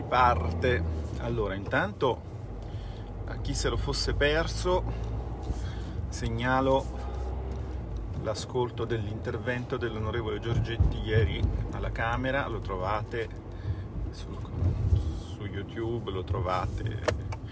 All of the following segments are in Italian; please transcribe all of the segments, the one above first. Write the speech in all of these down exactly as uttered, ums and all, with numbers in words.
parte. Allora, intanto a chi se lo fosse perso segnalo l'ascolto dell'intervento dell'onorevole Giorgetti ieri alla Camera. Lo trovate su, su YouTube, lo trovate,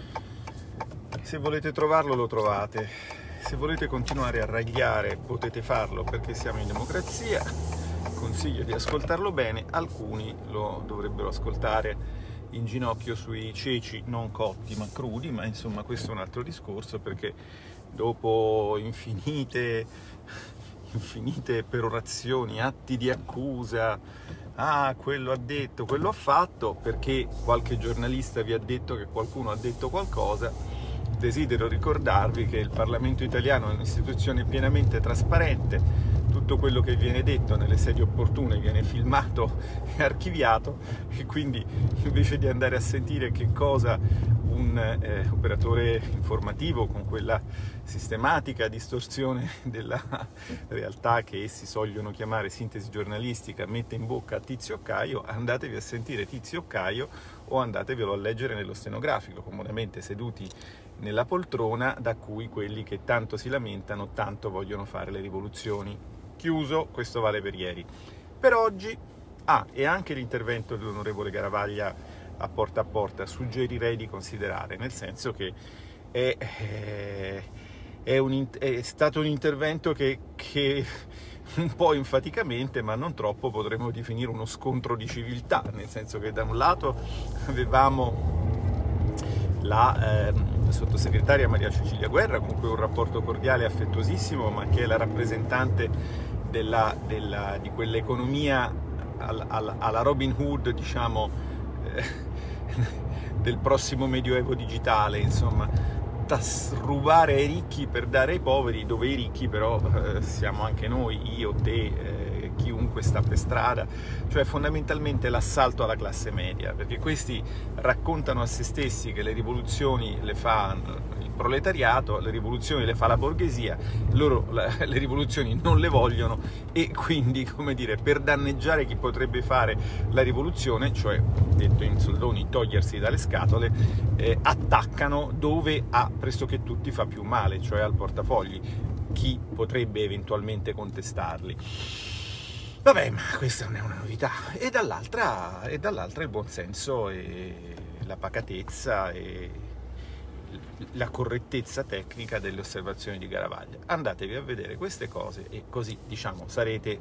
se volete trovarlo lo trovate, se volete continuare a ragliare potete farlo perché siamo in democrazia. Consiglio di ascoltarlo bene, alcuni lo dovrebbero ascoltare in ginocchio sui ceci non cotti ma crudi, ma insomma questo è un altro discorso, perché dopo infinite infinite perorazioni, atti di accusa, ah quello ha detto, quello ha fatto, perché qualche giornalista vi ha detto che qualcuno ha detto qualcosa, desidero ricordarvi che il Parlamento italiano è un'istituzione pienamente trasparente. Tutto quello che viene detto nelle sedi opportune viene filmato e archiviato, e quindi invece di andare a sentire che cosa un eh, operatore informativo con quella sistematica distorsione della realtà che essi sogliono chiamare sintesi giornalistica mette in bocca a Tizio Caio, andatevi a sentire Tizio Caio o andatevelo a leggere nello stenografico, comodamente seduti nella poltrona da cui quelli che tanto si lamentano tanto vogliono fare le rivoluzioni. Chiuso, questo vale per ieri. Per oggi, ah, e anche l'intervento dell'onorevole Garavaglia a Porta a Porta suggerirei di considerare, nel senso che è, è, è, un, è stato un intervento che, che un po' enfaticamente, ma non troppo, potremmo definire uno scontro di civiltà, nel senso che da un lato avevamo la eh, sottosegretaria Maria Cecilia Guerra, con cui un rapporto cordiale e affettuosissimo, ma che è la rappresentante della, della, di quell'economia alla, alla Robin Hood, diciamo, eh, del prossimo medioevo digitale, insomma, rubare ai ricchi per dare ai poveri, dove i ricchi però eh, siamo anche noi, io, te, eh, chiunque sta per strada, cioè fondamentalmente l'assalto alla classe media, perché questi raccontano a se stessi che le rivoluzioni le fa il proletariato, le rivoluzioni le fa la borghesia, loro le rivoluzioni non le vogliono, e quindi, come dire, per danneggiare chi potrebbe fare la rivoluzione, cioè, detto in soldoni, togliersi dalle scatole, eh, attaccano dove a pressoché tutti fa più male, cioè al portafogli, chi potrebbe eventualmente contestarli. Vabbè, ma questa non è una novità. E dall'altra, e dall'altra il buonsenso e la pacatezza e la correttezza tecnica delle osservazioni di Garavaglia. Andatevi a vedere queste cose e così, diciamo, sarete,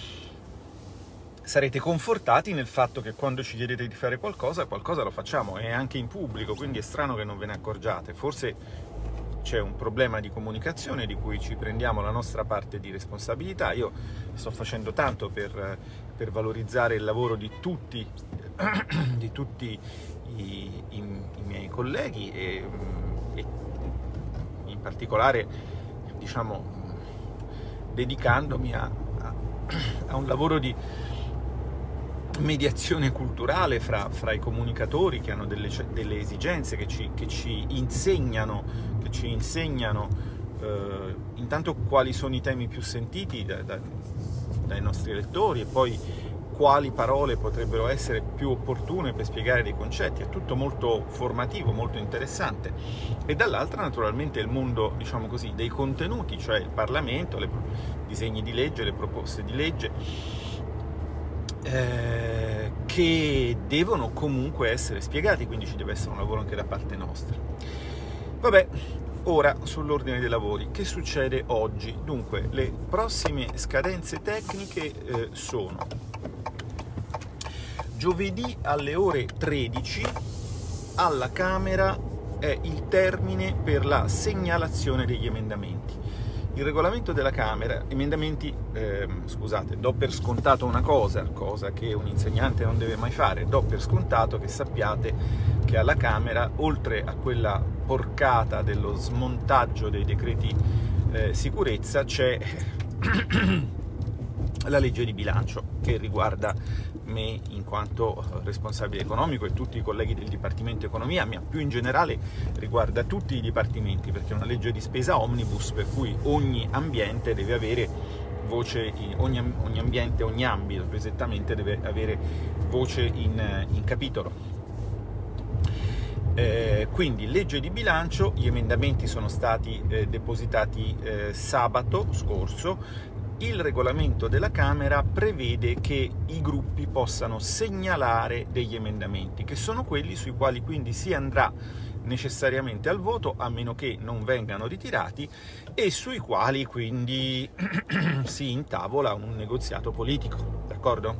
sarete confortati nel fatto che quando ci chiedete di fare qualcosa, qualcosa lo facciamo, e anche in pubblico, quindi è strano che non ve ne accorgiate. Forse c'è un problema di comunicazione di cui ci prendiamo la nostra parte di responsabilità. Io sto facendo tanto per, per valorizzare il lavoro di tutti, di tutti i, i, i miei colleghi e, e in particolare, diciamo, dedicandomi a, a, a un lavoro di mediazione culturale fra, fra i comunicatori che hanno delle, delle esigenze, che ci, che ci insegnano, che ci insegnano eh, intanto quali sono i temi più sentiti da, da, dai nostri lettori, e poi quali parole potrebbero essere più opportune per spiegare dei concetti. È tutto molto formativo, molto interessante. E dall'altra naturalmente il mondo, diciamo così, dei contenuti, cioè il Parlamento, i disegni di legge, le proposte di legge, Eh, che devono comunque essere spiegati, quindi ci deve essere un lavoro anche da parte nostra. Vabbè, ora sull'ordine dei lavori, che succede oggi? Dunque, le prossime scadenze tecniche eh, sono giovedì alle ore tredici alla Camera è il termine per la segnalazione degli emendamenti. Il regolamento della Camera, emendamenti, ehm, scusate, do per scontato una cosa, cosa che un insegnante non deve mai fare, do per scontato che sappiate che alla Camera, oltre a quella porcata dello smontaggio dei decreti eh, sicurezza, c'è la legge di bilancio, che riguarda me in quanto responsabile economico e tutti i colleghi del Dipartimento Economia, ma più in generale riguarda tutti i dipartimenti, perché è una legge di spesa omnibus, per cui ogni ambiente deve avere voce, ogni, ogni ambiente, ogni ambito, più esattamente, deve avere voce in, in capitolo. Eh, quindi legge di bilancio, gli emendamenti sono stati eh, depositati eh, sabato scorso. Il regolamento della Camera prevede che i gruppi possano segnalare degli emendamenti, che sono quelli sui quali quindi si andrà necessariamente al voto, a meno che non vengano ritirati, e sui quali quindi si intavola un negoziato politico, d'accordo?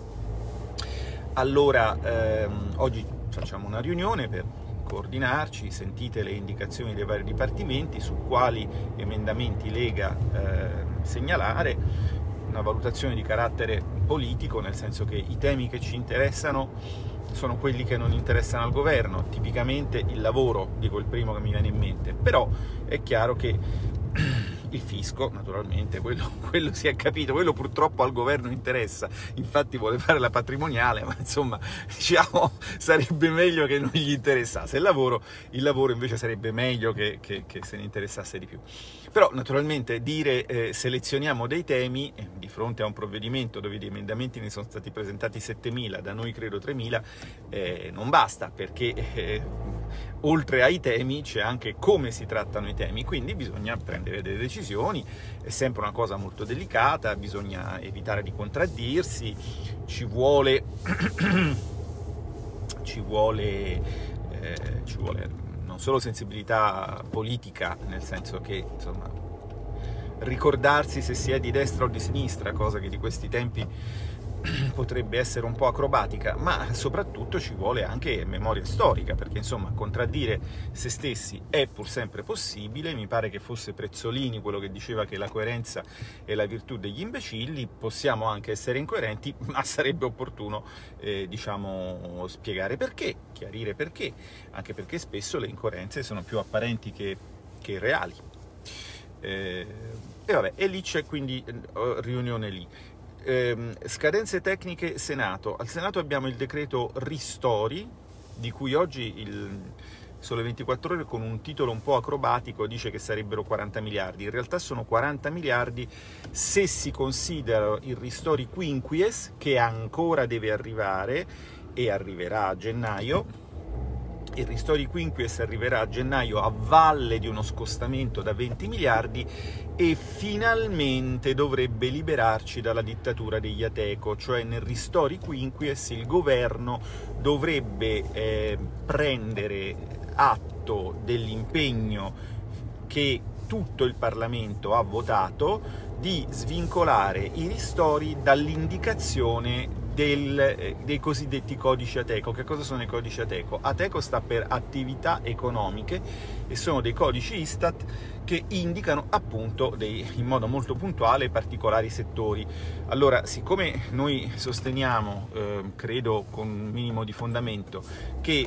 Allora, ehm, oggi facciamo una riunione per coordinarci, sentite le indicazioni dei vari dipartimenti su quali emendamenti Lega eh, segnalare, una valutazione di carattere politico, nel senso che i temi che ci interessano sono quelli che non interessano al governo, tipicamente il lavoro, dico il primo che mi viene in mente, però è chiaro che il fisco, naturalmente, quello, quello si è capito, quello purtroppo al governo interessa, infatti vuole fare la patrimoniale, ma insomma, diciamo, sarebbe meglio che non gli interessasse il lavoro, il lavoro invece sarebbe meglio che, che, che se ne interessasse di più. Però, naturalmente, dire eh, selezioniamo dei temi, eh, di fronte a un provvedimento dove di emendamenti ne sono stati presentati settemila, da noi credo tremila, eh, non basta, perché eh, oltre ai temi c'è anche come si trattano i temi, quindi bisogna prendere delle decisioni, è sempre una cosa molto delicata, bisogna evitare di contraddirsi, ci vuole, ci vuole, eh, ci vuole non solo sensibilità politica, nel senso che insomma ricordarsi se si è di destra o di sinistra, cosa che di questi tempi potrebbe essere un po' acrobatica, ma soprattutto ci vuole anche memoria storica, perché insomma contraddire se stessi è pur sempre possibile. Mi pare che fosse Prezzolini quello che diceva che la coerenza è la virtù degli imbecilli, possiamo anche essere incoerenti, ma sarebbe opportuno eh, diciamo spiegare perché, chiarire perché, anche perché spesso le incoerenze sono più apparenti che, che reali. Eh, e vabbè, e lì c'è quindi eh, riunione lì. Eh, scadenze tecniche Senato. Al Senato abbiamo il decreto ristori, di cui oggi il Sole ventiquattro Ore con un titolo un po' acrobatico dice che sarebbero quaranta miliardi, in realtà sono quaranta miliardi se si considera il ristori quinquies, che ancora deve arrivare e arriverà a gennaio. Il ristori quinquies arriverà a gennaio a valle di uno scostamento da venti miliardi e finalmente dovrebbe liberarci dalla dittatura degli Ateco, cioè nel ristori quinquies il governo dovrebbe eh, prendere atto dell'impegno che tutto il Parlamento ha votato di svincolare i ristori dall'indicazione Del, eh, dei cosiddetti codici Ateco. Che cosa sono i codici Ateco? Ateco sta per attività economiche e sono dei codici Istat che indicano appunto dei, in modo molto puntuale particolari settori. Allora, siccome noi sosteniamo, eh, credo con un minimo di fondamento, che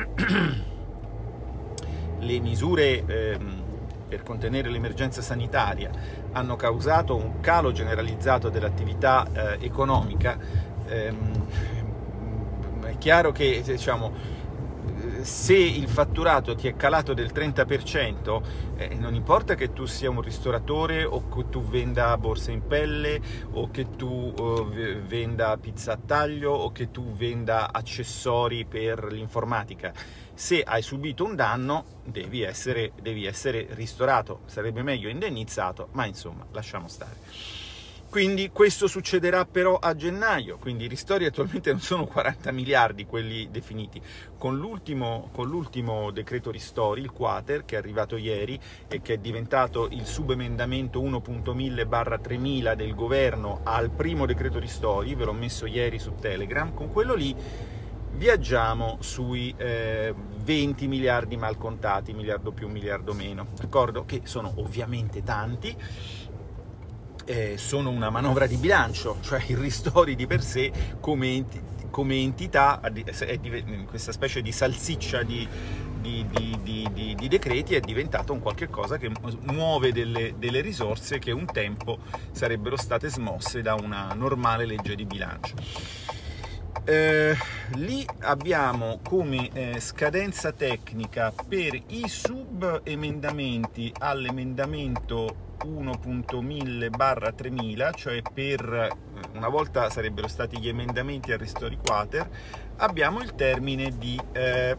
le misure eh, per contenere l'emergenza sanitaria hanno causato un calo generalizzato dell'attività eh, economica, ehm, è chiaro che diciamo, se il fatturato ti è calato del trenta per cento, eh, non importa che tu sia un ristoratore o che tu venda borse in pelle o che tu eh, venda pizza a taglio o che tu venda accessori per l'informatica. Se hai subito un danno devi essere, devi essere ristorato, sarebbe meglio indennizzato, ma insomma lasciamo stare. Quindi questo succederà però a gennaio, quindi i ristori attualmente non sono quaranta miliardi quelli definiti. Con l'ultimo, con l'ultimo decreto ristori, il quater, che è arrivato ieri e che è diventato il subemendamento uno punto mille barra tremila del governo al primo decreto ristori, ve l'ho messo ieri su Telegram, con quello lì viaggiamo sui eh, venti miliardi mal contati, miliardo più, miliardo meno, d'accordo? Che sono ovviamente tanti. Eh, sono una manovra di bilancio, cioè il ristori di per sé come, enti come entità è di questa specie di salsiccia di, di, di, di, di, di decreti è diventato un qualche cosa che muove delle, delle risorse che un tempo sarebbero state smosse da una normale legge di bilancio. Eh, lì abbiamo come eh, scadenza tecnica per i subemendamenti all'emendamento uno punto mille barra tremila, cioè per una volta sarebbero stati gli emendamenti al ristori quater, abbiamo il termine di eh,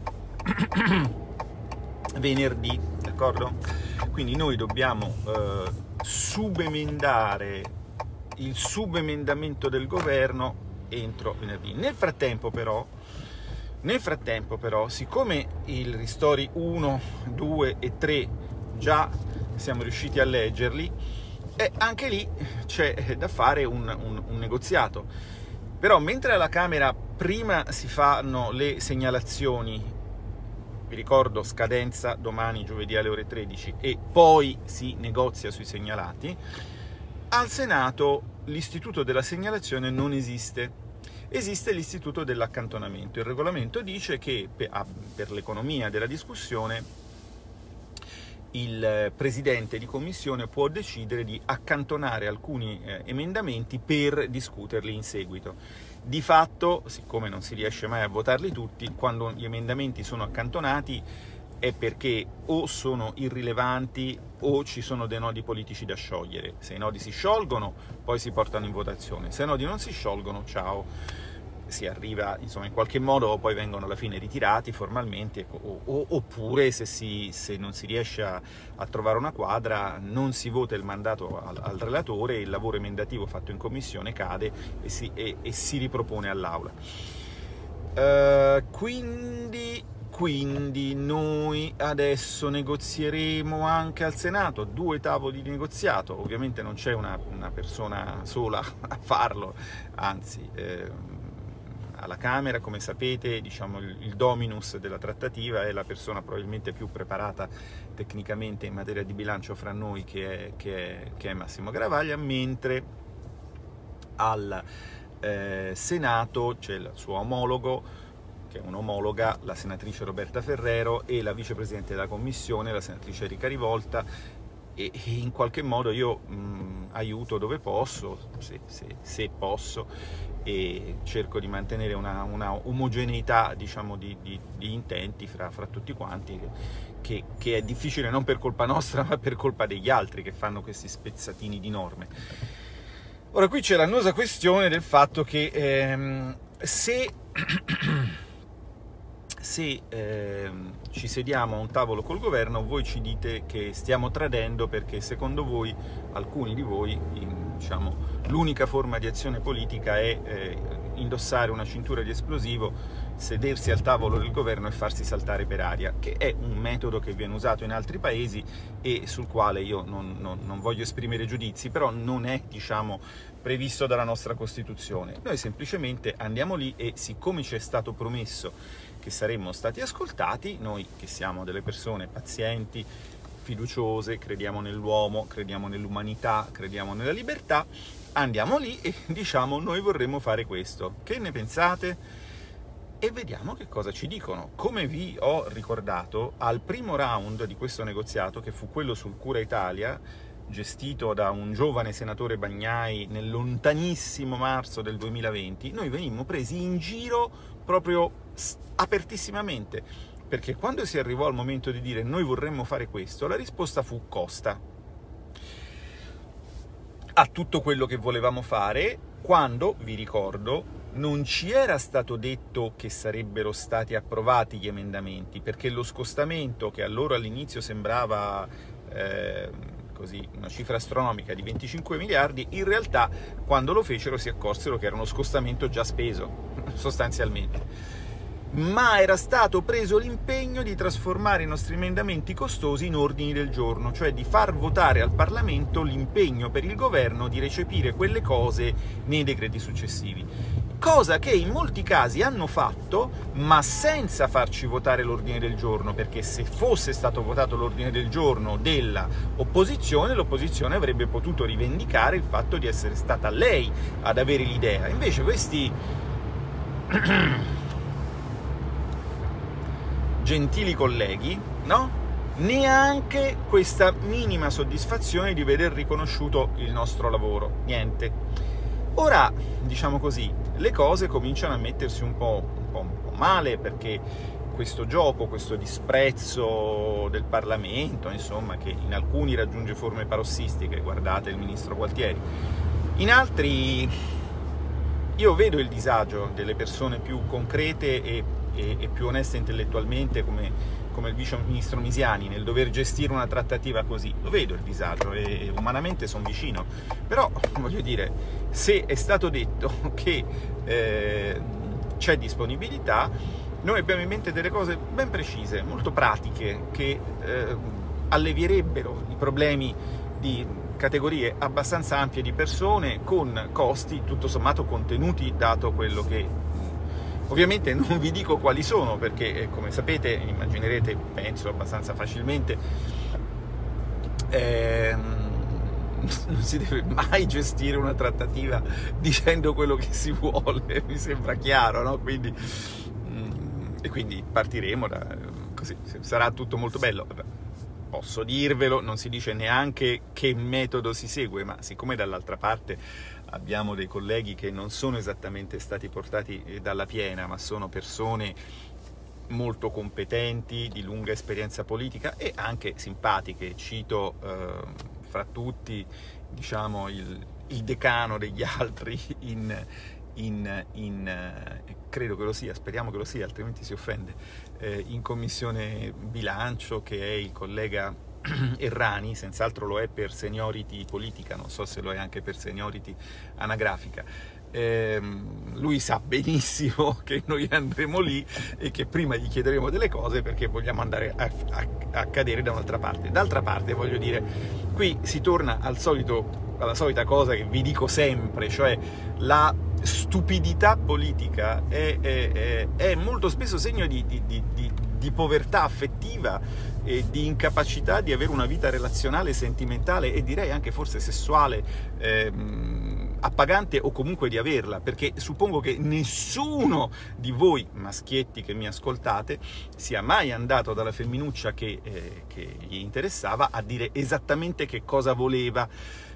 venerdì, d'accordo? Quindi noi dobbiamo eh, subemendare il subemendamento del governo entro venerdì. Nel frattempo però, nel frattempo però, siccome il ristori uno, due e tre già siamo riusciti a leggerli, e anche lì c'è da fare un, un, un negoziato. Però mentre alla Camera prima si fanno le segnalazioni, vi ricordo scadenza domani giovedì alle ore tredici, e poi si negozia sui segnalati, al Senato l'istituto della segnalazione non esiste. Esiste l'istituto dell'accantonamento. Il regolamento dice che per l'economia della discussione il presidente di commissione può decidere di accantonare alcuni eh, emendamenti per discuterli in seguito. Di fatto, siccome non si riesce mai a votarli tutti, quando gli emendamenti sono accantonati è perché o sono irrilevanti o ci sono dei nodi politici da sciogliere. Se i nodi si sciolgono, poi si portano in votazione. Se i nodi non si sciolgono, ciao. Si arriva, insomma, in qualche modo poi vengono alla fine ritirati formalmente, o, o, oppure se, si, se non si riesce a, a trovare una quadra, non si vota il mandato al, al relatore, il lavoro emendativo fatto in commissione cade e si, e, e si ripropone all'Aula. Uh, quindi, quindi noi adesso negozieremo anche al Senato, due tavoli di negoziato. Ovviamente non c'è una, una persona sola a farlo, anzi... Eh, alla Camera, come sapete, diciamo, il, il dominus della trattativa è la persona probabilmente più preparata tecnicamente in materia di bilancio fra noi, che è, che è, che è Massimo Garavaglia, mentre al eh, Senato c'è il suo omologo, che è un'omologa, la senatrice Roberta Ferrero, e la vicepresidente della Commissione, la senatrice Enrica Rivolta, e, e in qualche modo io mh, aiuto dove posso, se, se, se posso, e cerco di mantenere una, una omogeneità, diciamo, di, di, di intenti fra, fra tutti quanti, che, che è difficile non per colpa nostra ma per colpa degli altri che fanno questi spezzatini di norme. Ora qui c'è l'annosa questione del fatto che ehm, se, se ehm, ci sediamo a un tavolo col governo, voi ci dite che stiamo tradendo perché secondo voi, alcuni di voi, in, diciamo, l'unica forma di azione politica è eh, indossare una cintura di esplosivo, sedersi al tavolo del governo e farsi saltare per aria, che è un metodo che viene usato in altri paesi e sul quale io non, non, non voglio esprimere giudizi, però non è, diciamo, previsto dalla nostra Costituzione. Noi semplicemente andiamo lì e, siccome ci è stato promesso che saremmo stati ascoltati, noi che siamo delle persone pazienti, fiduciose, crediamo nell'uomo, crediamo nell'umanità, crediamo nella libertà, andiamo lì e diciamo: noi vorremmo fare questo, che ne pensate? E vediamo che cosa ci dicono. Come vi ho ricordato, al primo round di questo negoziato, che fu quello sul Cura Italia, gestito da un giovane senatore Bagnai nel lontanissimo marzo del duemilaventi, noi venimmo presi in giro proprio apertissimamente, perché quando si arrivò al momento di dire noi vorremmo fare questo, la risposta fu costa a tutto quello che volevamo fare, quando, vi ricordo, non ci era stato detto che sarebbero stati approvati gli emendamenti, perché lo scostamento, che allora all'inizio sembrava eh, così una cifra astronomica di venticinque miliardi, in realtà quando lo fecero si accorsero che era uno scostamento già speso, sostanzialmente. Ma era stato preso l'impegno di trasformare i nostri emendamenti costosi in ordini del giorno, cioè di far votare al Parlamento l'impegno per il governo di recepire quelle cose nei decreti successivi. Cosa che in molti casi hanno fatto, ma senza farci votare l'ordine del giorno, perché se fosse stato votato l'ordine del giorno dell'opposizione, l'opposizione avrebbe potuto rivendicare il fatto di essere stata lei ad avere l'idea. Invece questi gentili colleghi, no? Neanche questa minima soddisfazione di veder riconosciuto il nostro lavoro, niente. Ora, diciamo così, le cose cominciano a mettersi un po', un po', un po' male, perché questo gioco, questo disprezzo del Parlamento, insomma, che in alcuni raggiunge forme parossistiche, guardate il ministro Gualtieri, in altri io vedo il disagio delle persone più concrete e e, e più onesta intellettualmente come, come il vice ministro Misiani nel dover gestire una trattativa così. Lo vedo il disagio e umanamente sono vicino, però voglio dire, se è stato detto che eh, c'è disponibilità, noi abbiamo in mente delle cose ben precise, molto pratiche, che eh, allevierebbero i problemi di categorie abbastanza ampie di persone con costi tutto sommato contenuti, dato quello che ovviamente non vi dico quali sono, perché eh, come sapete, immaginerete, penso abbastanza facilmente, ehm, non si deve mai gestire una trattativa dicendo quello che si vuole, mi sembra chiaro, no? Quindi, mm, e quindi partiremo da così, sarà tutto molto bello. Posso dirvelo, non si dice neanche che metodo si segue, ma siccome dall'altra parte abbiamo dei colleghi che non sono esattamente stati portati dalla piena, ma sono persone molto competenti, di lunga esperienza politica e anche simpatiche, cito eh, fra tutti, diciamo, il, il decano degli altri in, in, in eh, credo che lo sia, speriamo che lo sia, altrimenti si offende, eh, in commissione bilancio, che è il collega Errani, senz'altro lo è per seniority politica, non so se lo è anche per seniority anagrafica. Eh, lui sa benissimo che noi andremo lì e che prima gli chiederemo delle cose perché vogliamo andare a, a, a cadere da un'altra parte. D'altra parte, voglio dire, qui si torna al solito, alla solita cosa che vi dico sempre, cioè la stupidità politica è, è, è, è molto spesso segno di, di, di, di, di povertà affettiva e di incapacità di avere una vita relazionale, sentimentale e direi anche forse sessuale ehm, appagante, o comunque di averla, perché suppongo che nessuno di voi maschietti che mi ascoltate sia mai andato dalla femminuccia che, eh, che gli interessava a dire esattamente che cosa voleva.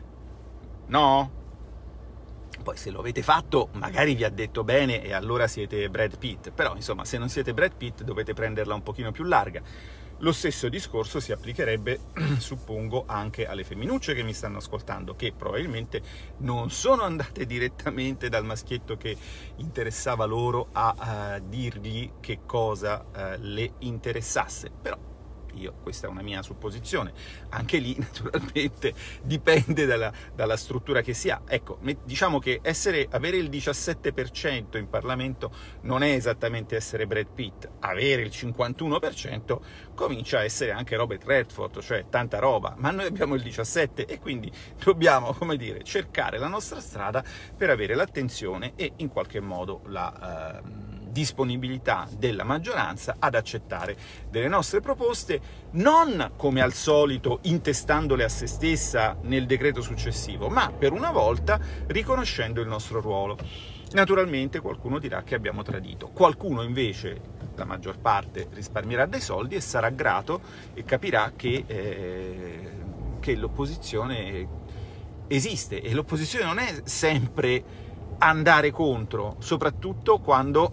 No? Poi se lo avete fatto magari vi ha detto bene e allora siete Brad Pitt, però insomma se non siete Brad Pitt dovete prenderla un pochino più larga. Lo stesso discorso si applicherebbe, suppongo, anche alle femminucce che mi stanno ascoltando, che probabilmente non sono andate direttamente dal maschietto che interessava loro a uh, dirgli che cosa uh, le interessasse, però io, questa è una mia supposizione, anche lì naturalmente dipende dalla, dalla struttura che si ha. Ecco, diciamo che essere, avere il diciassette per cento in Parlamento non è esattamente essere Brad Pitt, avere il cinquantuno per cento comincia a essere anche Robert Redford, cioè tanta roba, ma noi abbiamo il diciassette e quindi dobbiamo, come dire, cercare la nostra strada per avere l'attenzione e in qualche modo la uh, disponibilità della maggioranza ad accettare delle nostre proposte, non come al solito intestandole a se stessa nel decreto successivo, ma per una volta riconoscendo il nostro ruolo. Naturalmente qualcuno dirà che abbiamo tradito, qualcuno invece, la maggior parte, risparmierà dei soldi e sarà grato e capirà che, eh, che l'opposizione esiste, e l'opposizione non è sempre andare contro, soprattutto quando,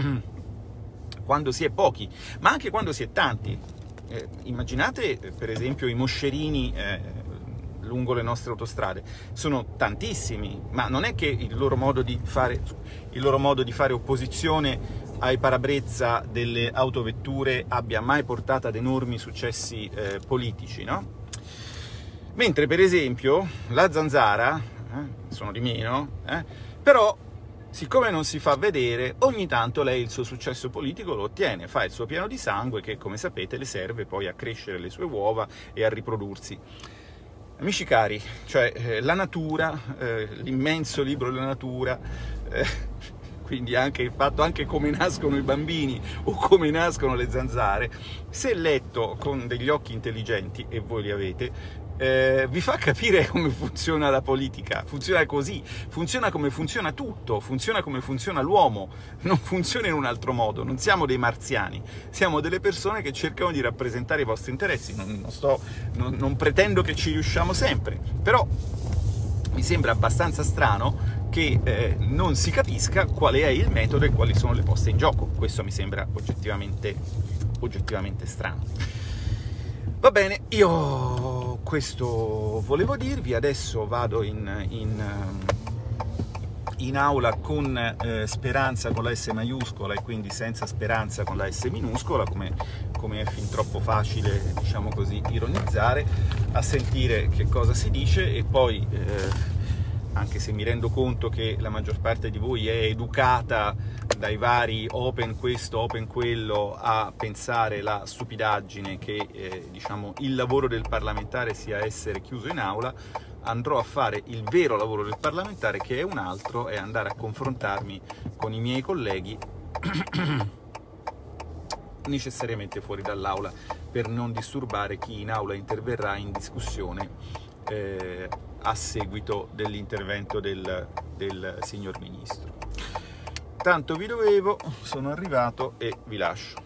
quando si è pochi, ma anche quando si è tanti. Eh, immaginate per esempio i moscerini eh, lungo le nostre autostrade, sono tantissimi, ma non è che il loro modo di fare, il loro modo di fare opposizione ai parabrezza delle autovetture abbia mai portato ad enormi successi eh, politici, no? Mentre per esempio la Zanzara, eh, sono di meno, eh, però, siccome non si fa vedere, ogni tanto lei il suo successo politico lo ottiene, fa il suo piano di sangue che, come sapete, le serve poi a crescere le sue uova e a riprodursi. Amici cari, cioè eh, la natura, eh, l'immenso libro della natura, eh, quindi anche il fatto anche come nascono i bambini o come nascono le zanzare, se letto con degli occhi intelligenti, e voi li avete, Eh, vi fa capire come funziona la politica. Funziona così, funziona come funziona tutto, funziona come funziona l'uomo, non funziona in un altro modo. Non siamo dei marziani, siamo delle persone che cercano di rappresentare i vostri interessi. Non, non, sto, non, non pretendo che ci riusciamo sempre, però mi sembra abbastanza strano che eh, non si capisca qual è il metodo e quali sono le poste in gioco. Questo mi sembra oggettivamente, oggettivamente strano. Va bene, io questo volevo dirvi, adesso vado in, in, in aula con eh, Speranza con la S maiuscola e quindi senza Speranza con la S minuscola, come, come è fin troppo facile, diciamo così, ironizzare, a sentire che cosa si dice, e poi, eh, anche se mi rendo conto che la maggior parte di voi è educata dai vari open questo, open quello, a pensare la stupidaggine che eh, diciamo, il lavoro del parlamentare sia essere chiuso in aula, andrò a fare il vero lavoro del parlamentare, che è un altro, è andare a confrontarmi con i miei colleghi necessariamente fuori dall'aula, per non disturbare chi in aula interverrà in discussione eh, a seguito dell'intervento del, del signor Ministro. Tanto vi dovevo, sono arrivato e vi lascio.